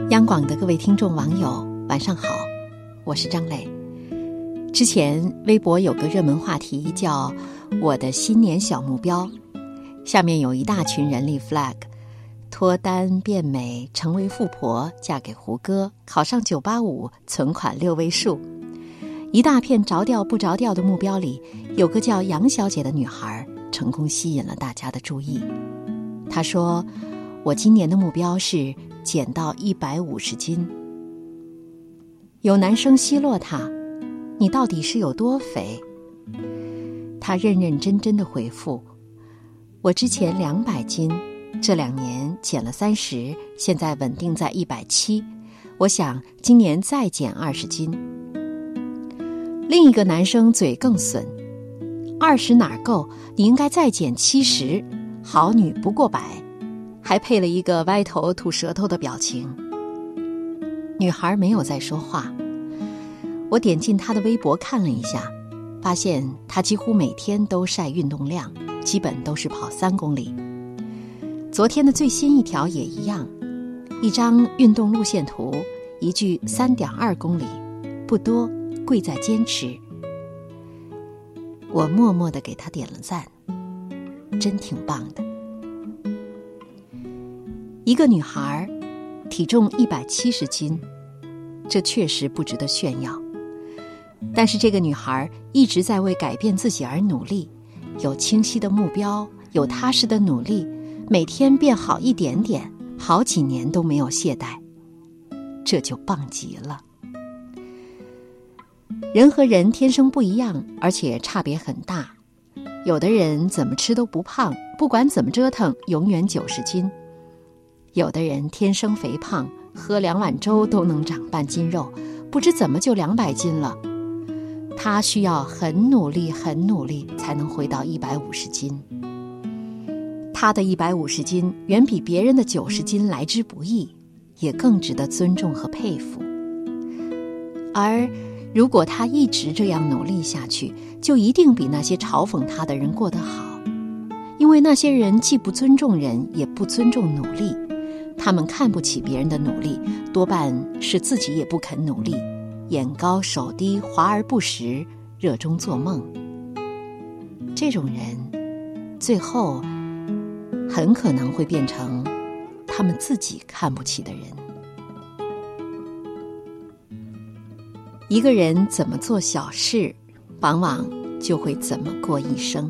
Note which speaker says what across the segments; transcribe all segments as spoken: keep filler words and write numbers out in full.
Speaker 1: 央广的各位听众网友晚上好，我是张磊。之前微博有个热门话题叫我的新年小目标，下面有一大群人立 flag， 脱单变美，成为富婆，嫁给胡歌，考上九八五，存款六位数。一大片着调不着调的目标里，有个叫杨小姐的女孩成功吸引了大家的注意。她说，我今年的目标是减到一百五十斤。有男生奚落她，你到底是有多肥？她认认真真的回复，我之前两百斤，这两年减了三十，现在稳定在一百七，我想今年再减二十斤。另一个男生嘴更损，二十哪够，你应该再减七十，好女不过百，还配了一个歪头吐舌头的表情。女孩没有再说话。我点进她的微博看了一下，发现她几乎每天都晒运动量，基本都是跑三公里。昨天的最新一条也一样，一张运动路线图，一句三点二公里，不多，贵在坚持。我默默地给她点了赞，真挺棒的。一个女孩体重一百七十斤，这确实不值得炫耀。但是这个女孩一直在为改变自己而努力，有清晰的目标，有踏实的努力，每天变好一点点，好几年都没有懈怠，这就棒极了。人和人天生不一样，而且差别很大。有的人怎么吃都不胖，不管怎么折腾，永远九十斤。有的人天生肥胖，喝两碗粥都能长半斤肉，不知怎么就两百斤了。他需要很努力很努力才能回到一百五十斤。他的一百五十斤远比别人的九十斤来之不易，也更值得尊重和佩服。而如果他一直这样努力下去，就一定比那些嘲讽他的人过得好。因为那些人既不尊重人，也不尊重努力，他们看不起别人的努力，多半是自己也不肯努力，眼高手低，华而不实，热衷做梦。这种人最后很可能会变成他们自己看不起的人。一个人怎么做小事，往往就会怎么过一生。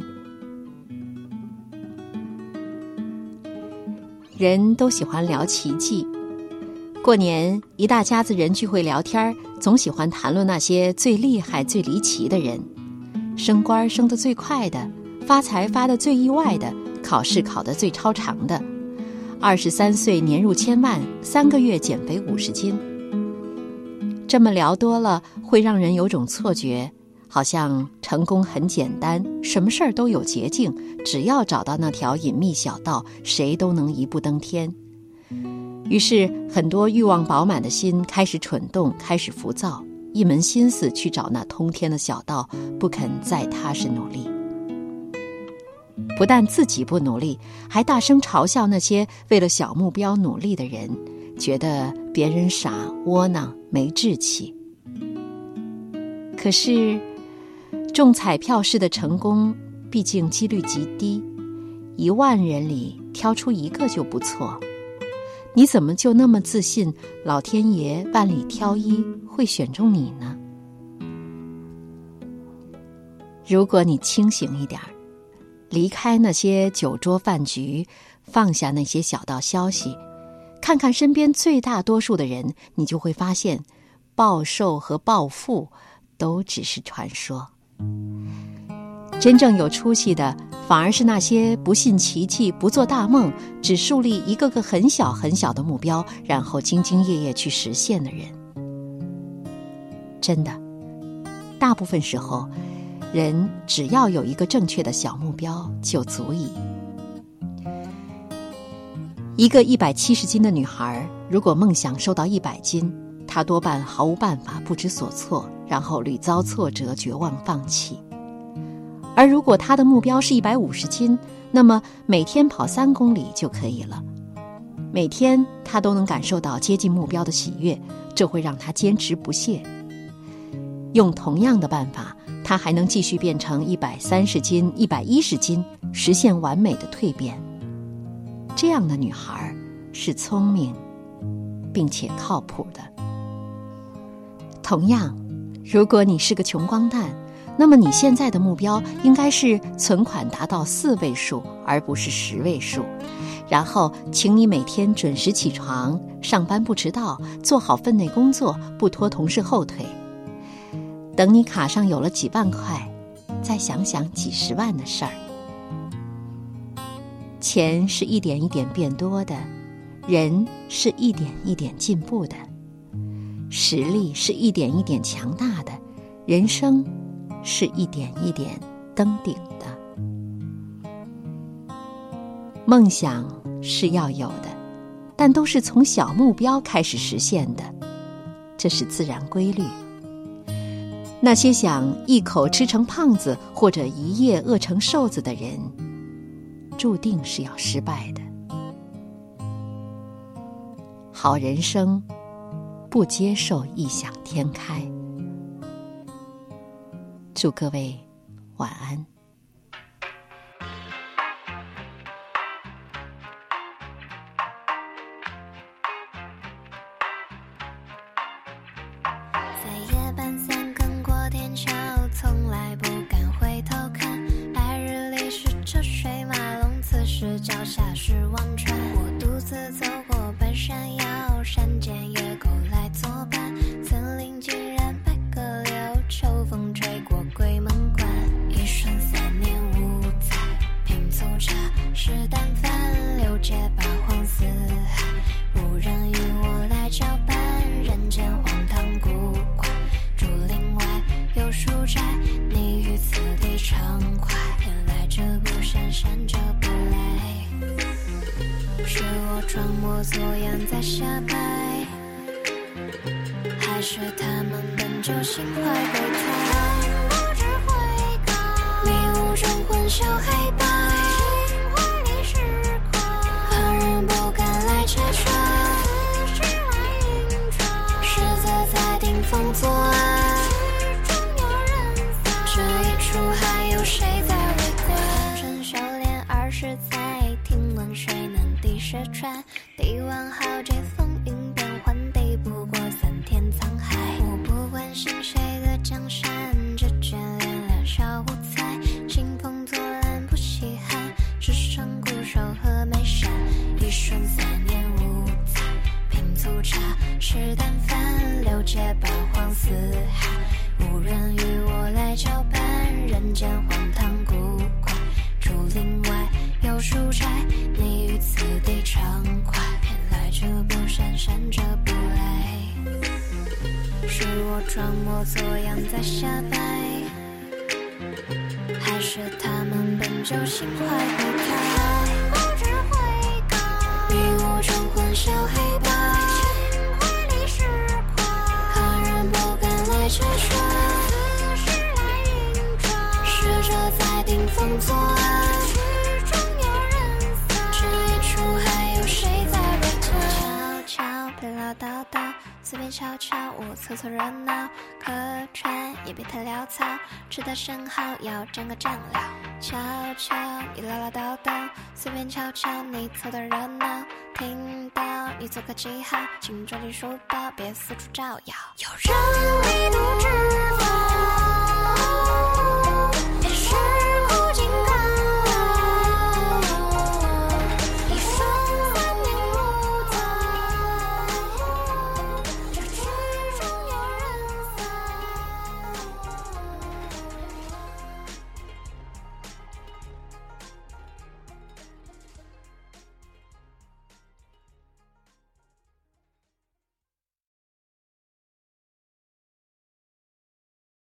Speaker 1: 人都喜欢聊奇迹，过年一大家子人聚会聊天，总喜欢谈论那些最厉害最离奇的人，升官升得最快的，发财发得最意外的，考试考得最超常的，二十三岁年入千万，三个月减肥五十斤。这么聊多了，会让人有种错觉，好像成功很简单，什么事儿都有捷径，只要找到那条隐秘小道，谁都能一步登天。于是很多欲望饱满的心开始蠢动，开始浮躁，一门心思去找那通天的小道，不肯再踏实努力。不但自己不努力，还大声嘲笑那些为了小目标努力的人，觉得别人傻窝囊没志气。可是中彩票式的成功毕竟几率极低，一万人里挑出一个就不错。你怎么就那么自信，老天爷万里挑一会选中你呢？如果你清醒一点，离开那些酒桌饭局，放下那些小道消息，看看身边最大多数的人，你就会发现，暴瘦和暴富都只是传说。真正有出息的，反而是那些不信奇迹，不做大梦，只树立一个个很小很小的目标，然后兢兢业业去实现的人。真的，大部分时候，人只要有一个正确的小目标就足以。一个一百七十斤的女孩，如果梦想瘦到一百斤，她多半毫无办法，不知所措，然后屡遭挫折，绝望放弃。而如果她的目标是一百五十斤，那么每天跑三公里就可以了。 每天他都能感受到接近目标的喜悦，这会让他坚持不懈。用同样的办法，他还能继续变成一百三十斤、一百一十斤，实现完美的蜕变。这样的女孩是聪明并且靠谱的。同样，如果你是个穷光蛋，那么你现在的目标应该是存款达到四位数，而不是十位数。然后，请你每天准时起床，上班不迟到，做好分内工作，不拖同事后腿。等你卡上有了几万块，再想想几十万的事儿。钱是一点一点变多的，人是一点一点进步的，实力是一点一点强大的，人生是一点一点登顶的。梦想是要有的，但都是从小目标开始实现的，这是自然规律。那些想一口吃成胖子或者一夜饿成瘦子的人，注定是要失败的。好人生不接受异想天开。祝各位晚安。
Speaker 2: 在夜半三更过天桥，从来不敢回头看，白日里是车水马龙，此时脚下是忘川。我独自走过半山腰，山间野狗来作伴，森林竟然百个柳，秋风吹过鬼门关。一瞬三年五载，拼凑茶是淡饭，六界八荒四海，无人与我来交伴，人间荒唐古怪，竹林外有书斋，你于此地畅快，原来这不闪闪这不来，是我装模作样在瞎掰，还是他们本就心怀鬼胎？我只会告迷雾中混淆黑白，心怀里是块，旁人不敢来拆穿，是来硬闯，实则在顶风作案，始终有人散，这一出还有谁在围观？春修炼二十载，听闻水能滴石穿，帝王豪杰风云变幻，敌不过三天沧海。我不关心谁的江山，只眷恋两小无猜，兴风作浪不稀罕，只剩固守和眉山。一瞬三年五载，拼粗茶是淡饭，六界八荒四海，无人与我来交伴，人间荒唐古怪，竹林外有书斋，你于此地畅快，原来这不闪闪这不来，是我装模作样在瞎掰，还是他们本就心怀鬼胎？我只会告迷雾中混淆黑白，心怀里是块，旁人不敢来拆穿，此时来硬闯，使者在顶风作案，始终有人散，这一出还有谁在围观？悄悄别唠叨叨，随便瞧瞧我凑凑热闹，客串也别太潦草，吃得生蚝要蘸个酱料。悄悄你唠唠叨叨，随便瞧瞧你凑的热闹，听到你做个记号，请抓紧书包，别四处招摇。有人力度之